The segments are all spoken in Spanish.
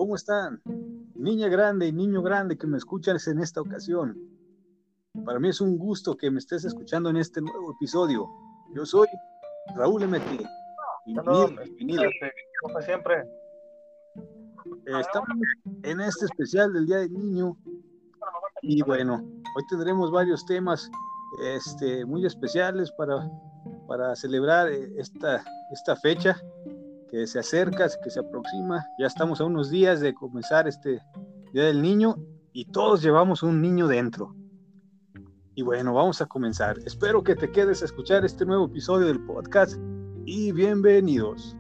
¿Cómo están? Niña grande y niño grande que me escuchas en esta ocasión. Para mí es un gusto que me estés escuchando en este nuevo episodio. Yo soy Raúl MT. Bienvenido, Perdón, bienvenida. como siempre. Estamos en este especial del Día del Niño y bueno, hoy tendremos varios temas muy especiales para celebrar esta fecha que se acerca, que se aproxima. Ya estamos a unos días de comenzar este Día del Niño y todos llevamos un niño dentro. Y bueno, vamos a comenzar. Espero que te quedes a escuchar este nuevo episodio del podcast y bienvenidos.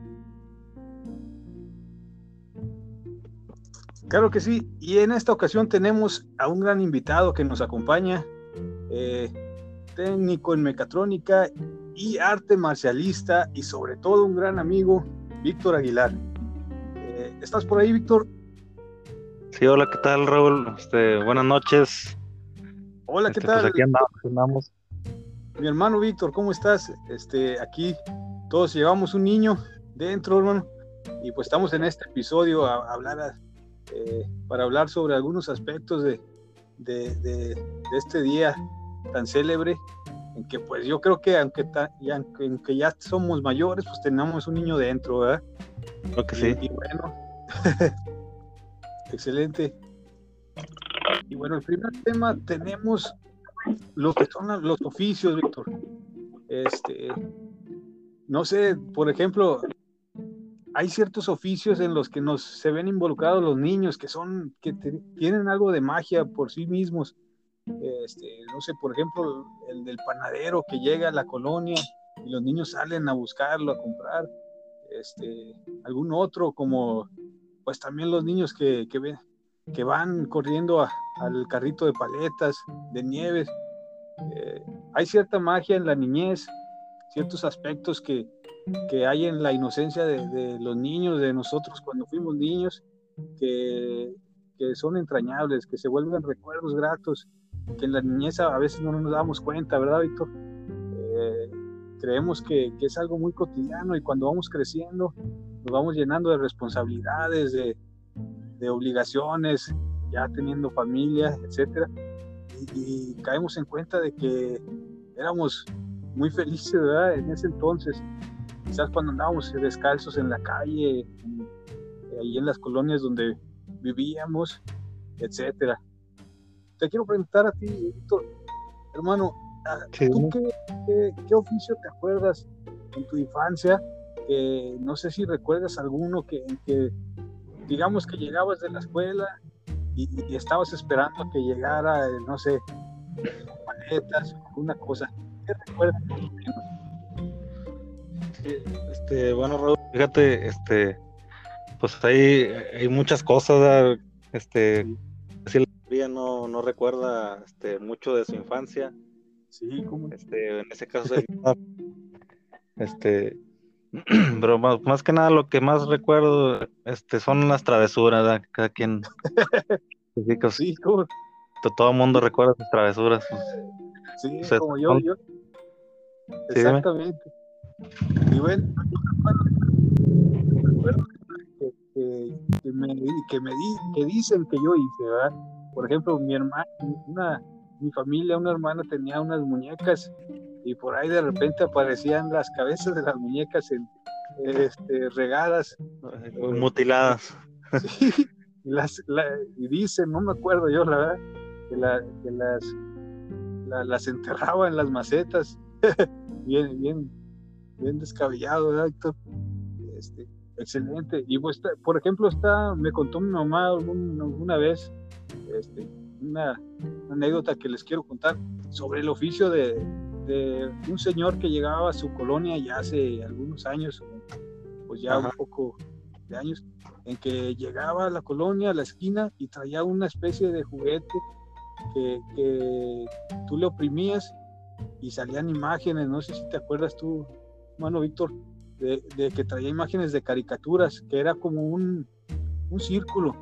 Claro que sí, y en esta ocasión tenemos a un gran invitado que nos acompaña, técnico en mecatrónica y arte marcialista y sobre todo un gran amigo, Víctor Aguilar. ¿Estás por ahí, Víctor? Sí, hola, ¿qué tal, Raúl? Buenas noches. Hola, ¿qué tal? Pues aquí andamos. Mi hermano Víctor, ¿cómo estás? Aquí todos llevamos un niño dentro, hermano, y pues estamos en este episodio para hablar sobre algunos aspectos de este día tan célebre, en que pues yo creo que aunque ya somos mayores, pues tenemos un niño dentro, ¿verdad? Creo que sí. Y bueno, excelente. Y bueno, el primer tema tenemos lo que son los oficios, Víctor. No sé, por ejemplo, hay ciertos oficios en los que se ven involucrados los niños que tienen algo de magia por sí mismos. No sé, por ejemplo, el del panadero que llega a la colonia y los niños salen a buscarlo, a comprar. Algún otro, como pues también los niños que van corriendo al carrito de paletas, de nieves. Hay cierta magia en la niñez, ciertos aspectos que hay en la inocencia de los niños, de nosotros cuando fuimos niños, que son entrañables, que se vuelven recuerdos gratos, que en la niñez a veces no nos damos cuenta, ¿verdad, Víctor? Creemos que es algo muy cotidiano y cuando vamos creciendo nos vamos llenando de responsabilidades, de obligaciones, ya teniendo familia, etcétera, y caemos en cuenta de que éramos muy felices, ¿verdad? En ese entonces, quizás cuando andábamos descalzos en la calle, ahí en las colonias donde vivíamos, etcétera. Te quiero preguntar a ti, Víctor, hermano, ¿tú qué oficio te acuerdas en tu infancia? No sé si recuerdas alguno que digamos que llegabas de la escuela y estabas esperando a que llegara, no sé, paletas o alguna cosa. ¿Qué recuerdas? Bueno, Raúl, fíjate, pues hay muchas cosas, si la mayoría no recuerda mucho de su infancia. Sí, ¿cómo? En ese caso pero más que nada lo que más recuerdo son las travesuras, ¿verdad? Cada quien sí, ¿cómo? todo el mundo recuerda sus travesuras, pues. Sí, O sea, como yo. Exactamente. Sí, y bueno, recuerdo que dicen que yo hice, ¿verdad? Por ejemplo, mi familia, una hermana tenía unas muñecas y por ahí de repente aparecían las cabezas de las muñecas regadas, mutiladas. Sí, y dicen, no me acuerdo yo, la verdad, que las enterraba en las macetas, bien descabellado, ¿verdad, Héctor? Excelente. Y pues, por ejemplo, me contó mi mamá alguna vez una anécdota que les quiero contar sobre el oficio de un señor que llegaba a su colonia ya hace algunos años, pues ya un poco de años, en que llegaba a la colonia, a la esquina, y traía una especie de juguete que tú le oprimías y salían imágenes. No sé si te acuerdas tú, hermano Víctor, de que traía imágenes de caricaturas, que era como un círculo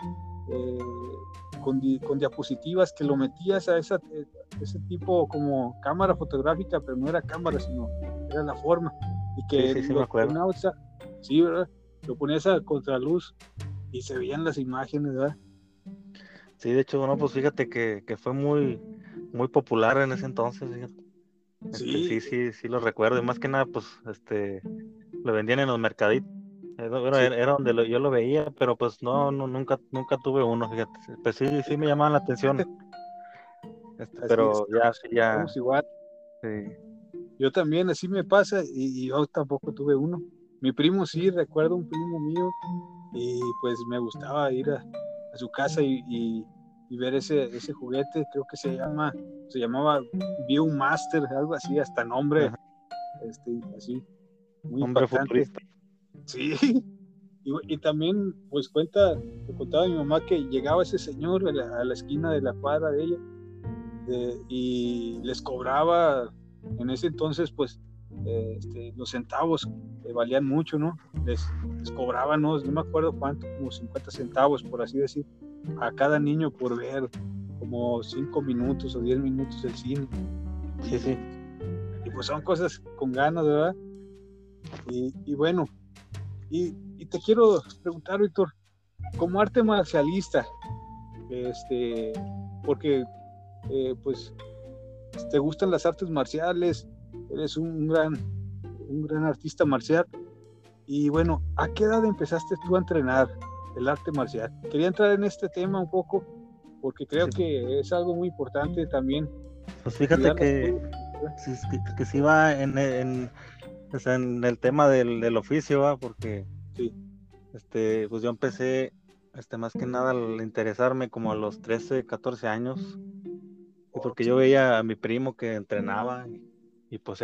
con diapositivas que lo metías a ese tipo como cámara fotográfica, pero no era cámara, sino era la forma, y que sí me acuerdo. sí, ¿verdad? Lo ponías a contraluz y se veían las imágenes, ¿verdad? Sí, de hecho, bueno, pues fíjate que fue muy, muy popular en ese entonces, fíjate. Sí, Sí lo recuerdo, y más que nada, pues, lo vendían en los mercaditos. Bueno, sí, era donde yo lo veía, pero pues nunca tuve uno, fíjate. Pues sí me llamaban la atención, así pero estamos igual. sí, Yo también, así me pasa, y yo tampoco tuve uno. Mi primo sí, recuerdo un primo mío, y pues me gustaba ir a su casa y ver ese juguete, creo que se llamaba Viewmaster, algo así, hasta nombre, ajá, así, muy hombre impactante. futurista. Sí, y también, pues me contaba mi mamá que llegaba ese señor a la esquina de la cuadra de ella, y les cobraba, en ese entonces, pues, los centavos valían mucho, ¿no? Les cobraban, no me acuerdo cuánto, como 50 centavos, por así decir, a cada niño por ver como 5 minutos o 10 minutos del cine. Sí, sí. Y pues son cosas con ganas, ¿verdad? Y bueno, y te quiero preguntar, Víctor, como arte marcialista, porque pues te gustan las artes marciales, eres un gran artista marcial. Y bueno, ¿a qué edad empezaste tú a entrenar el arte marcial? Quería entrar en este tema un poco porque creo Sí, que es algo muy importante también, pues fíjate cuidar las que, cosas. que sí va o sea, en el tema del oficio, ¿va? Porque Sí, pues yo empecé, más que nada al interesarme como a los 13 14 años, y oh, porque yo veía a mi primo que entrenaba, y pues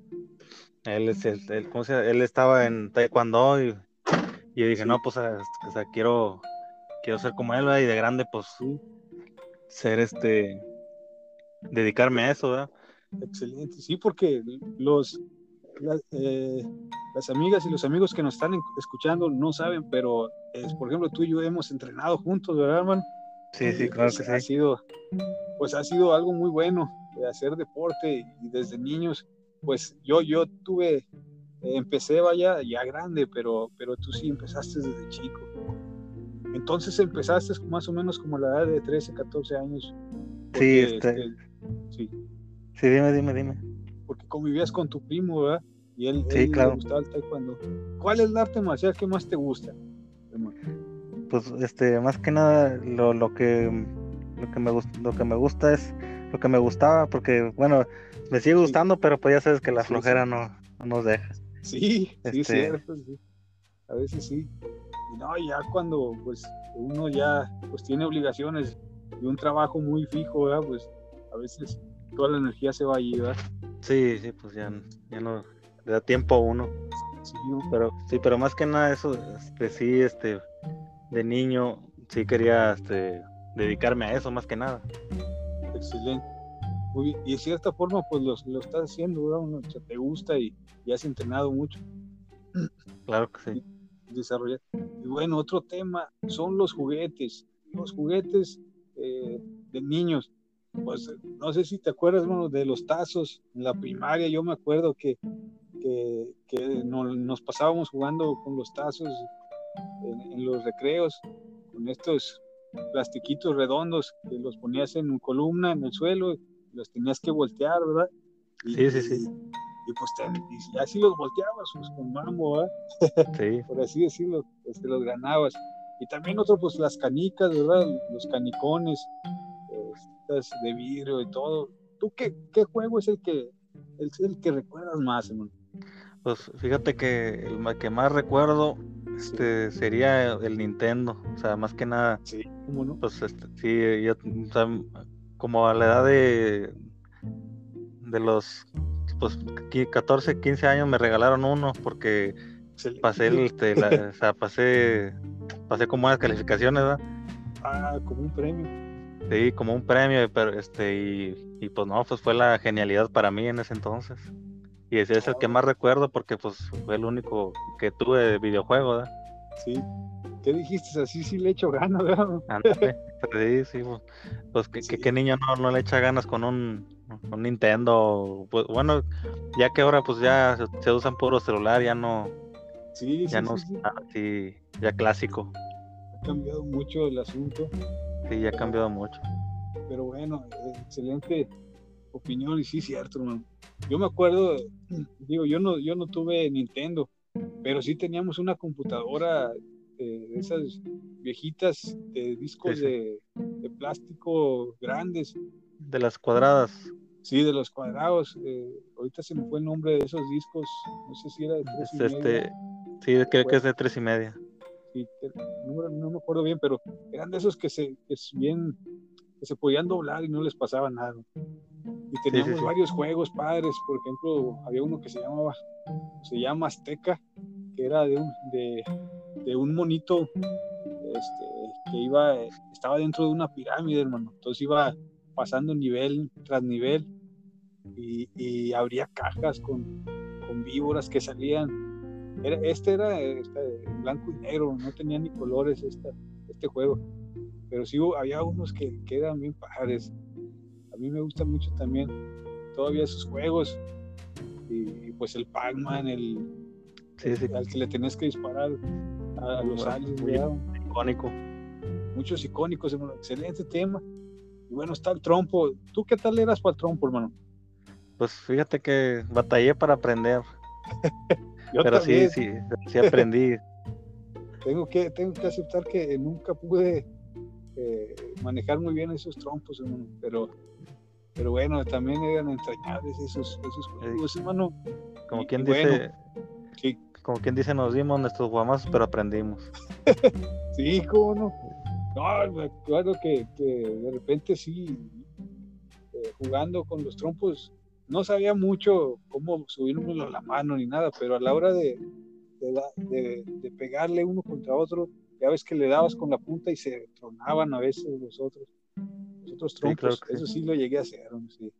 ¿cómo se llama? Él estaba en taekwondo, y yo dije, sí, no, pues, o sea, quiero ser como él, ¿verdad? Y de grande, pues, sí, ser dedicarme a eso, ¿verdad? excelente. Sí, porque la- eh, las amigas y los amigos que nos están escuchando no saben, pero por ejemplo, tú y yo hemos entrenado juntos, ¿verdad, hermano? Sí, sí, Y claro pues que sí. ha sido algo muy bueno de hacer deporte, y desde niños, pues yo empecé, vaya, ya grande, pero tú sí empezaste desde chico. Entonces empezaste más o menos como a la edad de 13 14 años, Sí, porque, sí, sí, dime. porque convivías con tu primo, ¿verdad? Y Sí, él le claro. gustaba el taekwondo. ¿Cuál es el arte marcial que más te gusta, hermano? Pues, más que nada, lo que me gusta es lo que me gustaba, porque, bueno, me sigue Sí, gustando, pero pues ya sabes que la sí, sí, flojera no nos deja. sí, sí, Este, cierto, sí. A veces sí. Y no, ya cuando pues uno ya pues tiene obligaciones y un trabajo muy fijo, ¿verdad? Pues a veces toda la energía se va allí, ¿verdad? sí, pues ya no le da tiempo a uno. Sí, Pero más que nada eso, sí, de niño, sí quería, dedicarme a eso más que nada. excelente. Muy bien. Y de cierta forma pues lo estás haciendo, ¿verdad? O sea, te gusta y has entrenado mucho Claro que y sí. desarrollar. Y bueno, otro tema son los juguetes. Los juguetes de niños. Pues no sé si te acuerdas, bueno, de los tazos en la primaria. Yo me acuerdo que nos pasábamos jugando con los tazos en los recreos, con estos plastiquitos redondos que los ponías en columna en el suelo, y los tenías que voltear, ¿verdad? Y, Sí. y, y pues y así los volteabas pues, con mambo, ¿verdad? Sí. Por así decirlo, pues te los ganabas. Y también otro, pues las canicas, ¿verdad? Los canicones, estas de vidrio y todo. ¿Tú qué juego es el que recuerdas más, hermano? Pues fíjate que que más recuerdo, Sí, sería el Nintendo. O sea, más que nada, sí, ¿cómo no? pues, sí, yo, o sea, como a la edad de los, pues, 14 15 años me regalaron uno, porque pasé Excelente. o sea, pasé con buenas calificaciones, ¿verdad? Ah, como un premio. Sí, como un premio, pero, y pues no, pues fue la genialidad para mí en ese entonces. Y ese es el que Oh, más recuerdo, porque pues fue el único que tuve de videojuego, ¿verdad? sí. ¿Qué dijiste? Así sí le echo ganas, ¿verdad? Ándale. Sí, pues qué Sí, niño no le echa ganas con un Nintendo. Pues bueno, ya que ahora pues ya se usan puro celular, sí, ya sí, no sí, usan sí. nada así, ya clásico. cambiado mucho el asunto, Sí, ya ha cambiado mucho. pero bueno, excelente opinión y sí, cierto, hermano. Yo me acuerdo, digo, yo no tuve Nintendo, pero sí teníamos una computadora de esas viejitas de discos Sí. de plástico grandes, De las cuadradas. sí, de los cuadrados. Ahorita se me fue el nombre de esos discos, no sé si era de 3,5. Sí, creo que Bueno, es de 3,5. sí, no me acuerdo bien, pero eran de esos que se podían doblar y no les pasaba nada. Y Sí. teníamos varios juegos padres, por ejemplo, había uno que se llama Azteca, que era de un monito estaba dentro de una pirámide, hermano. Entonces iba pasando nivel tras nivel y abría cajas con víboras que salían. Era en blanco y negro, no tenía ni colores este juego. Pero sí había unos que eran bien padres. A mí me gustan mucho también todavía esos juegos. Y pues el Pac-Man, Sí. al que le tenés que disparar a los aliens, Muy ¿verdad? icónico. Muchos icónicos, hermano. Excelente tema. Y bueno, está el trompo. ¿Tú qué tal eras para el trompo, hermano? Pues fíjate que batallé para aprender, Yo pero sí, también sí aprendí. tengo que aceptar que nunca pude manejar muy bien esos trompos, hermano. Pero bueno, también eran entrañables esos juegos, hermano. Como Y quien bueno, dice, sí, nos dimos nuestros guamazos, pero aprendimos. sí, cómo no. No, me acuerdo que de repente sí, jugando con los trompos, no sabía mucho cómo subírmelo a la mano ni nada, pero a la hora de pegarle uno contra otro, ya ves que le dabas con la punta y se tronaban a veces los otros Sí, claro trompos. que Eso sí. sí lo llegué a hacer, ¿no? Sí.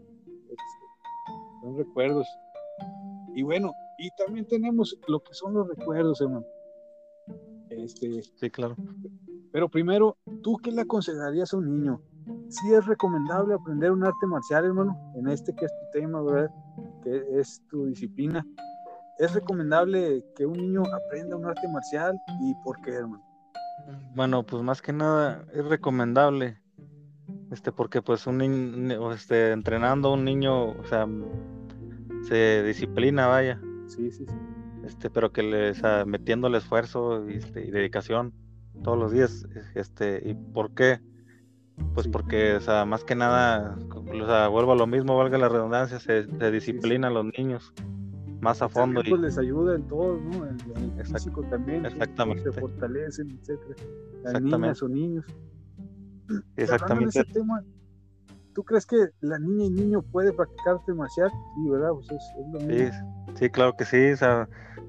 Son recuerdos. Y bueno, y también tenemos lo que son los recuerdos, hermano. Sí, claro. Pero primero, ¿tú qué le aconsejarías a un niño? ¿Sí es recomendable aprender un arte marcial, hermano? En este que es tu tema, ¿verdad? Que es tu disciplina. ¿Es recomendable que un niño aprenda un arte marcial y por qué, hermano? Bueno, pues más que nada es recomendable, porque pues un niño, entrenando a un niño, o sea, se disciplina, vaya, Sí, sí, sí. pero o sea, metiéndole esfuerzo y dedicación todos los días, ¿y por qué? Pues Sí, porque, o sea, más que nada, o sea, vuelvo a lo mismo, valga la redundancia, se sí, sí. disciplinan los niños más a Y fondo también pues les ayuda en todo, ¿no? En el exact- físico también, se exactamente, fortalecen, etcétera. Las niñas exactamente, o niños. Y hablando en exactamente. ese tema, ¿tú crees que la niña y niño puede practicar arte marcial? Sí, ¿verdad? Pues es lo Sí, mismo. sí, claro que sí, o sea,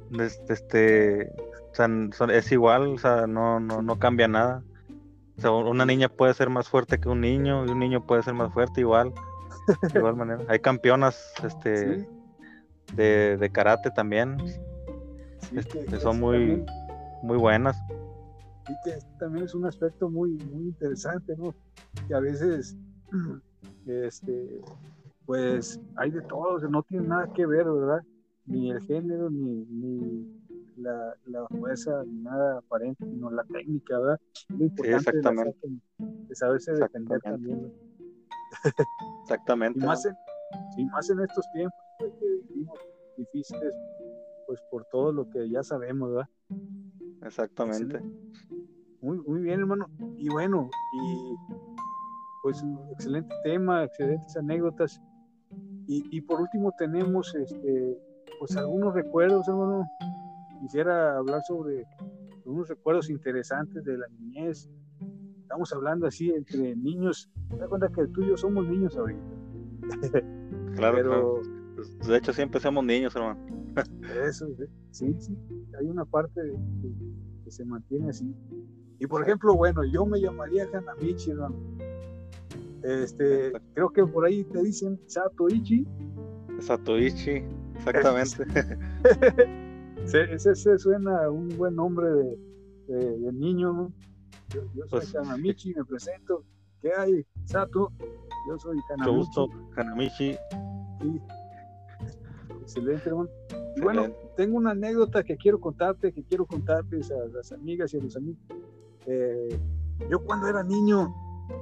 o sea, es igual, o sea, no cambia nada. O sea, una niña puede ser más fuerte que un niño y un niño puede ser más fuerte igual, de igual manera. Hay campeonas, Sí, de karate también, sí, que que son es también, muy buenas. sí, que también es un aspecto muy interesante, ¿no? Que a veces, pues hay de todo, o sea, no tiene nada que ver, ¿verdad? Ni el género, ni la fuerza, ni nada aparente, sino la técnica, ¿verdad? Es lo Sí, importante de la saca, de saberse defender exactamente, también, ¿no? Y exactamente, ¿no? más en estos tiempos pues, que vivimos difíciles, pues por todo lo que ya sabemos, ¿verdad? Exactamente. Excelente. Muy bien, hermano. Y bueno, y pues un excelente tema, excelentes anécdotas. Y por último tenemos pues algunos recuerdos, hermano. Quisiera hablar sobre unos recuerdos interesantes de la niñez. Estamos hablando así entre niños. Te das cuenta que tú y yo somos niños ahorita. Claro, claro. Pero Pues, de hecho, sí empezamos niños, hermano. eso, sí, sí. Hay una parte que se mantiene así. Y por Exacto, ejemplo, bueno, yo me llamaría Hanamichi, hermano. exacto. Creo que por ahí te dicen Satoichi. Satoichi, exactamente. Ese suena un buen nombre de niño, ¿no? Yo soy Pues Hanamichi, me presento. ¿Qué hay, Sato? Yo soy mucho Hanamichi. gusto, Hanamichi. Sí, excelente, hermano. Y bueno, Excelente. tengo una anécdota que quiero contarte, que quiero contarles a las amigas y a los amigos. Eh, yo cuando era niño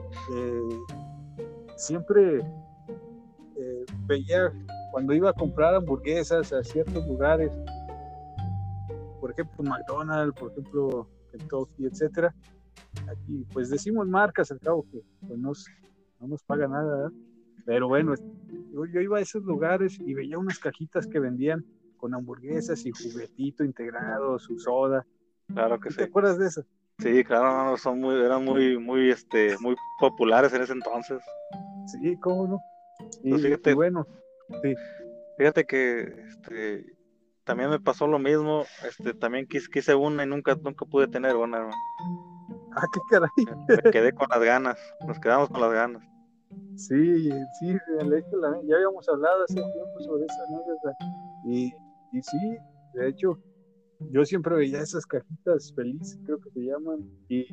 siempre veía, cuando iba a comprar hamburguesas a ciertos lugares, por ejemplo McDonald's, por ejemplo Kentucky, etcétera. Aquí pues decimos marcas al cabo que pues no nos paga nada, ¿verdad? Pero bueno, yo iba a esos lugares y veía unas cajitas que vendían con hamburguesas y juguetito integrado, su soda. Claro que ¿Sí sí. te acuerdas de eso? Sí, claro, eran muy populares en ese entonces. Sí, cómo no. Pues Y bueno, sí. fíjate que también me pasó lo mismo. También quise una y nunca pude tener una, hermano. Ah, qué caray. Me quedé con las ganas, nos quedamos con las ganas. Sí, sí, de hecho, ya habíamos hablado hace tiempo sobre esa anécdota. Y, y sí, de hecho, yo siempre veía esas cajitas felices, creo que se llaman,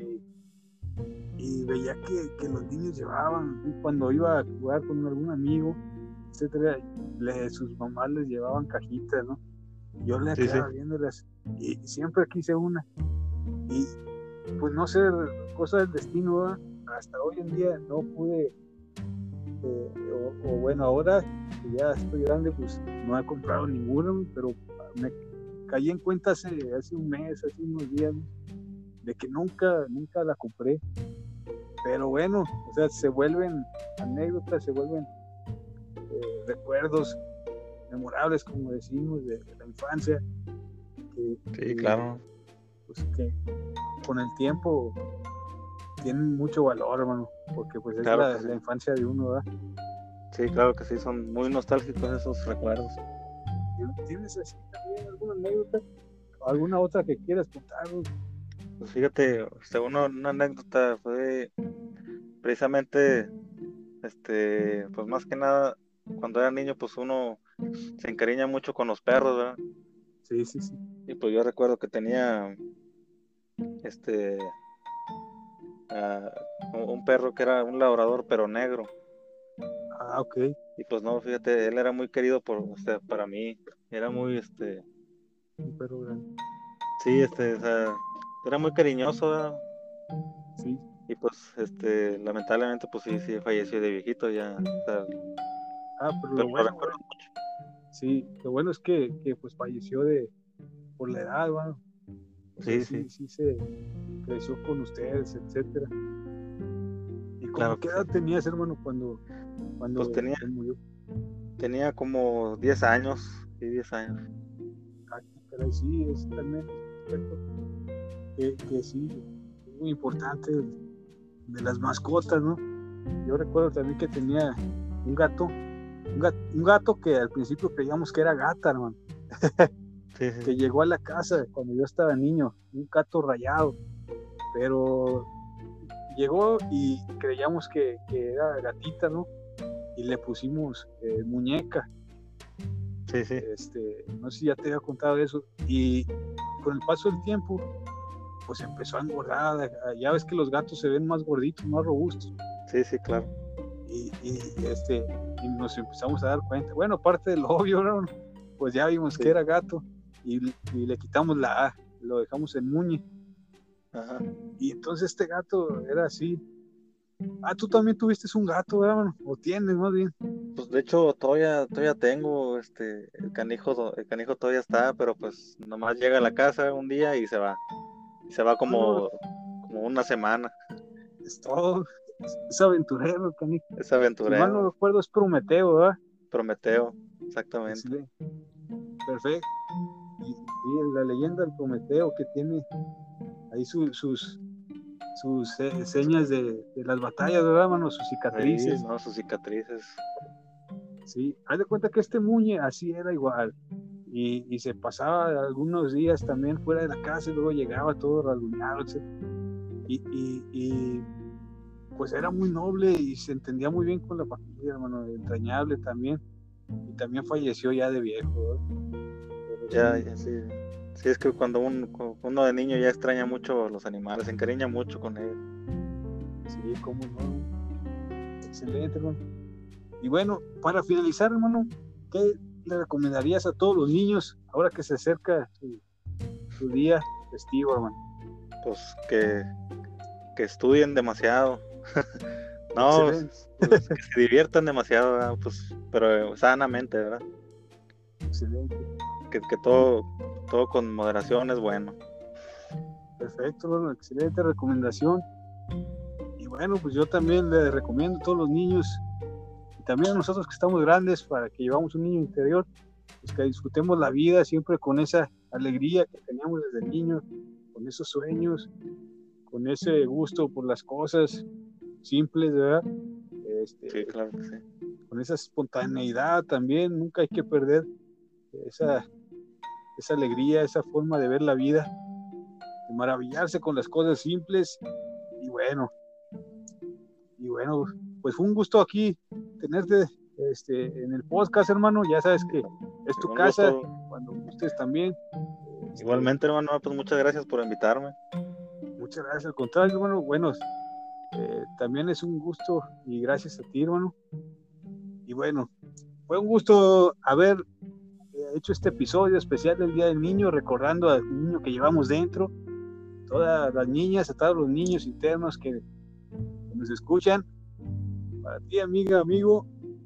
y veía que los niños llevaban, y cuando iba a jugar con algún amigo, etcétera, sus mamás les llevaban cajitas, ¿no? Yo le quedaba viéndolas y siempre quise una. Y pues no sé, cosa del destino, ¿verdad? Hasta hoy en día no pude, o bueno, ahora que ya estoy grande, pues no he comprado ninguna, pero me caí en cuenta hace un mes, hace unos días, ¿no? De que nunca la compré. Pero bueno, o sea, se vuelven anécdotas, se vuelven recuerdos memorables, como decimos, de la infancia. Sí, claro. Pues que con el tiempo tienen mucho valor, hermano, porque pues es Claro la infancia de uno, ¿verdad? Sí, claro que sí, son muy nostálgicos esos recuerdos. ¿Tienes así también alguna anécdota? ¿Alguna otra que quieras contar? Pues fíjate, una anécdota fue precisamente, pues más que nada, cuando era niño, pues uno se encariña mucho con los perros, ¿verdad? Sí, sí, sí. Y pues yo recuerdo que tenía, ah, un perro que era un labrador, pero negro. Ah, ok. Y pues no, fíjate, él era muy querido para mí. Era muy, Un perro grande. sí, o sea, era muy cariñoso, ¿verdad? Sí. Y pues, lamentablemente, pues sí falleció de viejito ya. O sea, Ah, pero pero lo lo bueno, recuerdo mucho. sí, lo bueno es que pues falleció por la edad, bueno. O sea, Sí, sí, sí se creció con ustedes, etcétera. ¿Y como claro qué que sí. edad tenías, hermano, Pues cuando él murió? tenía como 10 años, sí, 10 años. Ah, caray, sí, es también un aspecto que sí, es muy importante de las mascotas, ¿no? Yo recuerdo también que tenía un gato, un gato que al principio creíamos que era gata, hermano, Sí, sí, que llegó a la casa cuando yo estaba niño, un gato rayado, pero llegó y creíamos que era gatita, ¿no? Y le pusimos muñeca. sí, sí, No sé si ya te había contado eso. Y con el paso del tiempo, pues empezó a engordar. Ya ves que los gatos se ven más gorditos, más robustos. sí, sí, claro. Y nos empezamos a dar cuenta. Bueno, aparte de lo obvio, ¿no? Pues ya vimos que Sí. era gato y le quitamos la A, lo dejamos en Muñe. Ajá. Y entonces este gato era así. Ah, tú también tuviste un gato, ¿verdad, mano? O tienes, más bien. Pues de hecho todavía tengo, el canijo todavía está, pero pues nomás llega a la casa un día y se va. Y se va Ah, no, como una semana. es todo. Es aventurero, canijo. Es Si mal no aventurero, recuerdo, es Prometeo, ¿verdad? Prometeo, Es exactamente. perfecto. Y la leyenda del Prometeo que tiene ahí sus señas de las batallas, ¿verdad, mano? Sus Sí, cicatrices. no, sus cicatrices. Sí, haz de cuenta que este Muñe así era igual. Y se pasaba algunos días también fuera de la casa y luego llegaba todo rasguñado, etc. Y pues era muy noble y se entendía muy bien con la familia, hermano, entrañable también. Y también falleció ya de viejo, ¿verdad? Pero Ya, sí, ya, sí. Sí, es que cuando uno de niño ya extraña mucho a los animales, se encariña mucho con ellos. sí, cómo no. Excelente, hermano. Y bueno, para finalizar, hermano, ¿qué le recomendarías a todos los niños ahora que se acerca su día festivo, hermano? Pues que que estudien demasiado. No, Excelente, pues, que se diviertan demasiado, ¿verdad? Pues, pero sanamente, ¿verdad? excelente. Que todo con moderación es bueno. Perfecto, Lolo, excelente recomendación. Y bueno, pues yo también le recomiendo a todos los niños, y también a nosotros que estamos grandes, para que llevamos un niño interior, pues que disfrutemos la vida siempre con esa alegría que teníamos desde niños, con esos sueños, con ese gusto por las cosas simples, ¿verdad? Sí, claro que sí. Con esa espontaneidad también, nunca hay que perder esa, esa alegría, esa forma de ver la vida, de maravillarse con las cosas simples. Y bueno, pues fue un gusto aquí tenerte en el podcast, hermano. Ya sabes que es tu Un casa, gusto. cuando gustes también. Igualmente, hermano, pues muchas gracias por invitarme. Muchas gracias, al contrario, hermano. Bueno, también es un gusto y gracias a ti, hermano. Y bueno, fue un gusto haber hecho este episodio especial del Día del Niño, recordando al niño que llevamos dentro, todas las niñas, a todos los niños internos que nos escuchan. Para ti, amiga, amigo,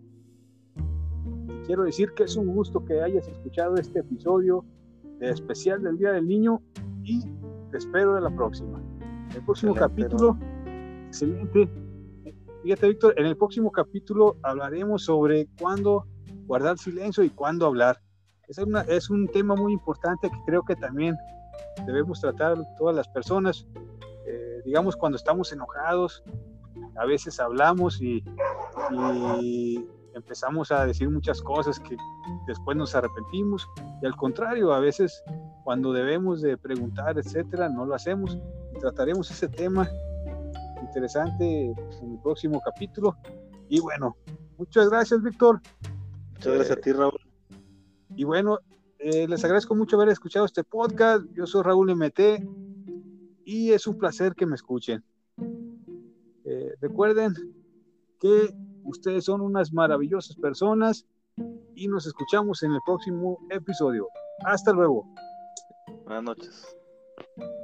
quiero decir que es un gusto que hayas escuchado este episodio especial del Día del Niño y te espero en la próxima. En el próximo capítulo, excelente. Fíjate, Víctor, en el próximo capítulo hablaremos sobre cuándo guardar silencio y cuándo hablar. Es un tema muy importante que creo que también debemos tratar todas las personas. Digamos, cuando estamos enojados, a veces hablamos y empezamos a decir muchas cosas que después nos arrepentimos, y al contrario, a veces cuando debemos de preguntar, etcétera, no lo hacemos. Y trataremos ese tema interesante en el próximo capítulo. Y bueno, muchas gracias, Víctor. Muchas gracias a ti, Raúl. Y bueno, les agradezco mucho haber escuchado este podcast. Yo soy Raúl MT y es un placer que me escuchen. Recuerden que ustedes son unas maravillosas personas y nos escuchamos en el próximo episodio. Hasta luego. Buenas noches.